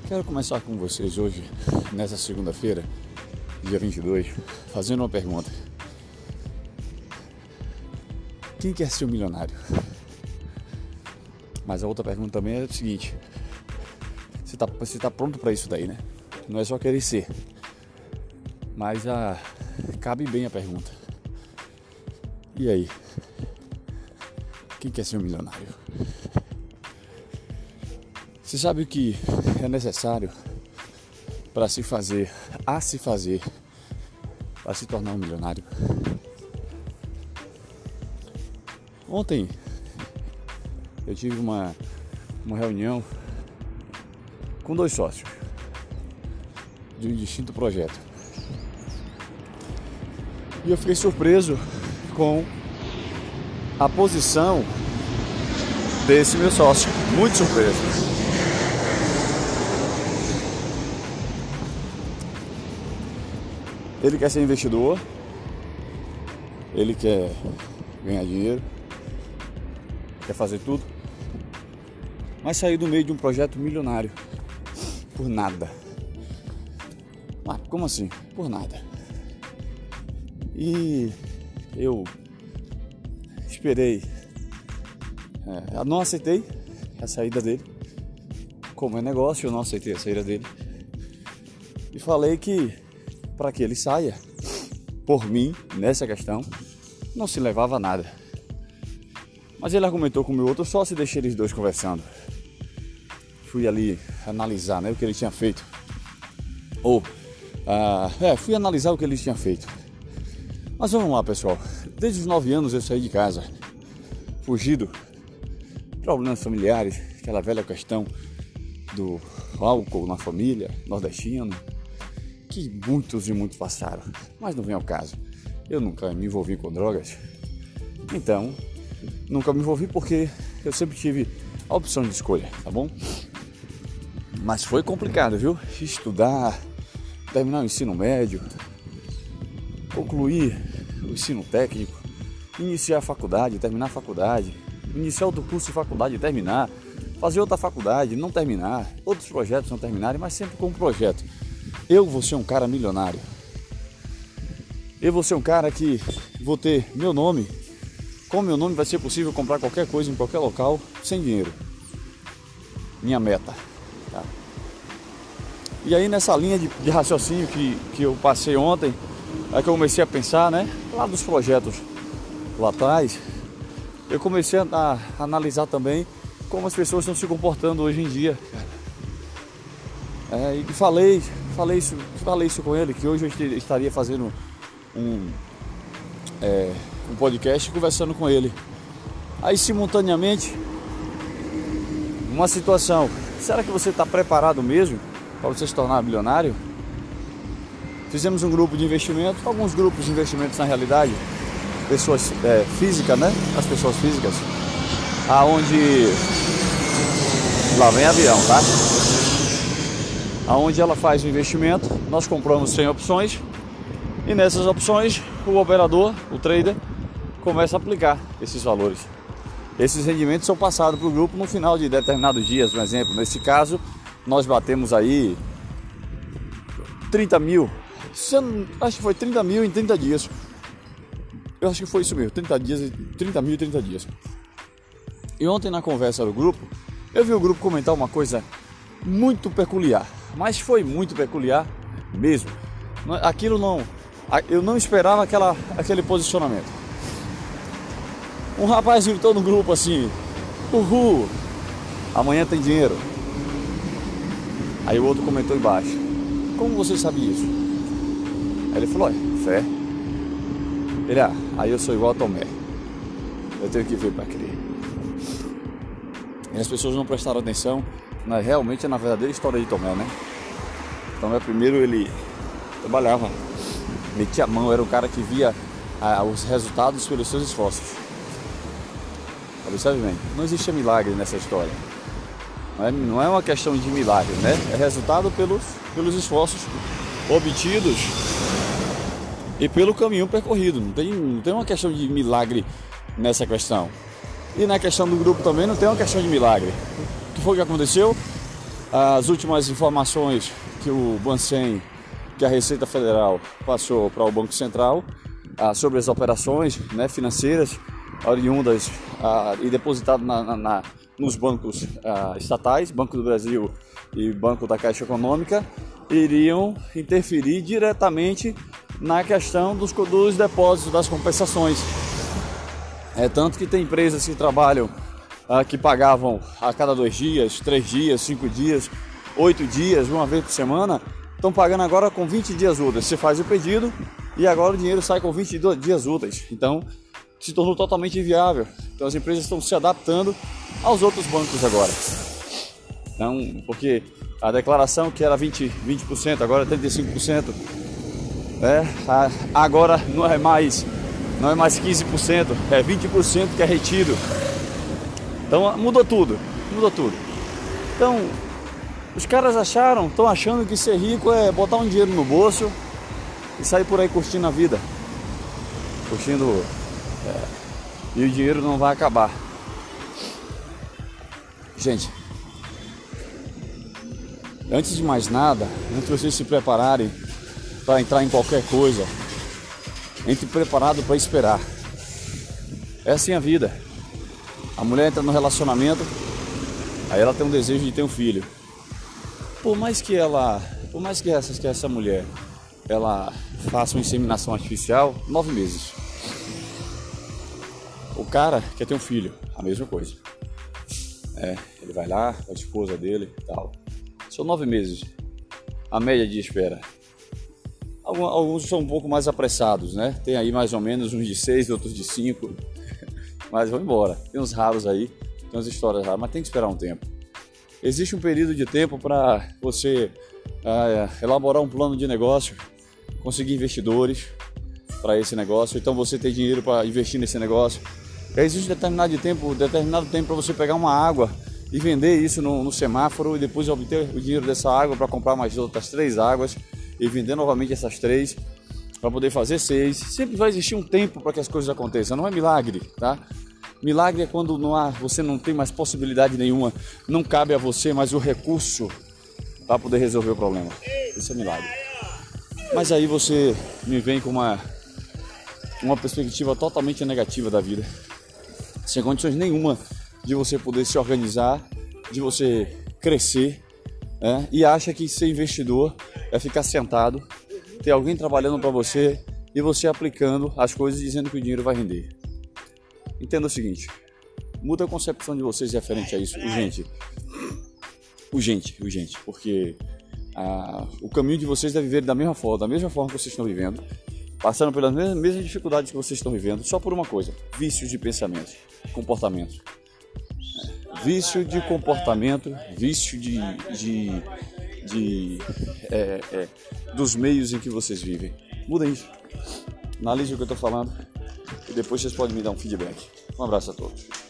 Quero começar com vocês hoje, nessa segunda-feira, dia 22, fazendo uma pergunta. Quem quer ser um milionário? Mas a outra pergunta também é o seguinte: você tá pronto para isso daí, né? Não é só querer ser, mas cabe bem a pergunta. E aí? Quem quer ser um milionário? Você sabe o que é necessário para se fazer, para se tornar um milionário? Ontem eu tive uma reunião com 2 sócios de um distinto projeto. E eu fiquei surpreso com a posição desse meu sócio. Muito surpreso. Ele quer ser investidor, ele quer ganhar dinheiro, quer fazer tudo, mas saiu do meio de um projeto milionário, por nada. Mas como assim? Por nada. E eu esperei, não aceitei a saída dele, como é negócio, eu não aceitei a saída dele, e falei que para que ele saia, por mim, nessa questão, não se levava a nada. Mas ele argumentou com o meu outro sócio e deixei eles dois conversando. Fui ali analisar, o que ele tinha feito. Fui analisar o que ele tinha feito. Mas vamos lá, pessoal. Desde os 9 anos eu saí de casa, fugido, problemas familiares, aquela velha questão do álcool na família, nordestino, que muitos passaram, mas não vem ao caso. Eu nunca me envolvi com drogas, então nunca me envolvi porque eu sempre tive a opção de escolha, tá bom? Mas foi complicado, viu? Estudar, terminar o ensino médio, concluir o ensino técnico, iniciar a faculdade, terminar a faculdade, iniciar outro curso de faculdade e terminar, fazer outra faculdade, não terminar, outros projetos não terminarem, mas sempre com um projeto. Eu vou ser um cara milionário. Eu vou ser um cara que vou ter meu nome. Com meu nome vai ser possível comprar qualquer coisa em qualquer local sem dinheiro. Minha meta. Tá? E aí nessa linha de raciocínio que eu passei ontem, é que eu comecei a pensar, lá dos projetos lá atrás, eu comecei a analisar também como as pessoas estão se comportando hoje em dia. E falei isso com ele, que hoje eu estaria fazendo um podcast conversando com ele. Aí simultaneamente, uma situação: será que você está preparado mesmo para você se tornar milionário? Fizemos um grupo de investimento, alguns grupos de investimentos na realidade, pessoas físicas, as pessoas físicas, aonde lá vem avião, tá? Aonde ela faz o investimento, nós compramos 100 opções e nessas opções o operador, o trader, começa a aplicar esses valores. Esses rendimentos são passados para o grupo no final de determinados dias. Por exemplo, nesse caso, nós batemos aí 30 mil, acho que foi 30 mil em 30 dias. Eu acho que foi isso mesmo, 30 mil em 30 dias. E ontem na conversa do grupo, eu vi o grupo comentar uma coisa muito peculiar. Mas foi muito peculiar mesmo. Eu não esperava aquele posicionamento. Um rapaz gritou no grupo assim: uhul, amanhã tem dinheiro. Aí o outro comentou embaixo: como você sabe isso? Aí ele falou: fé. Ele: aí eu sou igual a Tomé, eu tenho que ver para crer. E as pessoas não prestaram atenção realmente na verdadeira história de Tomé, Tomé, primeiro, ele trabalhava, metia a mão, era o cara que via os resultados pelos seus esforços. Observe bem, não existe milagre nessa história. Não é uma questão de milagre, É resultado pelos esforços obtidos e pelo caminho percorrido. Não tem uma questão de milagre nessa questão. E na questão do grupo também não tem uma questão de milagre. O que foi que aconteceu? As últimas informações que o Bacen, que a Receita Federal passou para o Banco Central sobre as operações, né, financeiras oriundas e depositadas nos bancos estatais, Banco do Brasil e Banco da Caixa Econômica, iriam interferir diretamente na questão dos depósitos, das compensações. Tanto que tem empresas que trabalham, que pagavam a cada 2 dias, 3 dias, 5 dias, 8 dias, uma vez por semana, estão pagando agora com 20 dias úteis. Você faz o pedido e agora o dinheiro sai com 22 dias úteis. Então, se tornou totalmente inviável. Então, as empresas estão se adaptando aos outros bancos agora. Então, porque a declaração que era 20%, agora é 35%. Agora não é mais 15%, é 20% que é retido. Então mudou tudo. Então os caras estão achando que ser rico é botar um dinheiro no bolso e sair por aí curtindo a vida. E o dinheiro não vai acabar. Gente, antes de mais nada, antes de vocês se prepararem para entrar em qualquer coisa, entre preparado para esperar. É assim a vida. A mulher entra no relacionamento, aí ela tem um desejo de ter um filho. Por mais que essa mulher ela faça uma inseminação artificial, 9 meses. O cara quer ter um filho, a mesma coisa. Ele vai lá com a esposa dele e tal. São 9 meses. A média de espera. Alguns são um pouco mais apressados, né? Tem aí mais ou menos uns de 6, outros de 5. Mas vão embora. Tem uns raros aí, tem umas histórias raras, mas tem que esperar um tempo. Existe um período de tempo para você elaborar um plano de negócio, conseguir investidores para esse negócio. Então você tem dinheiro para investir nesse negócio. Existe determinado tempo para você pegar uma água e vender isso no semáforo e depois obter o dinheiro dessa água para comprar mais outras 3 águas e vender novamente essas 3 para poder fazer 6. Sempre vai existir um tempo para que as coisas aconteçam, não é milagre, tá? Milagre é quando você não tem mais possibilidade nenhuma, não cabe a você mais o recurso para poder resolver o problema. Isso é milagre. Mas aí você me vem com uma perspectiva totalmente negativa da vida, sem condições nenhuma de você poder se organizar, de você crescer, e acha que ser investidor é ficar sentado, ter alguém trabalhando para você e você aplicando as coisas dizendo que o dinheiro vai render. Entenda o seguinte, muda a concepção de vocês referente a isso, urgente, porque o caminho de vocês é viver da mesma forma que vocês estão vivendo, passando pelas mesmas dificuldades que vocês estão vivendo, só por uma coisa: vícios de pensamento, comportamento. Vício de comportamento, vício dos meios em que vocês vivem. Muda isso. Analise o que eu estou falando e depois vocês podem me dar um feedback. Um abraço a todos.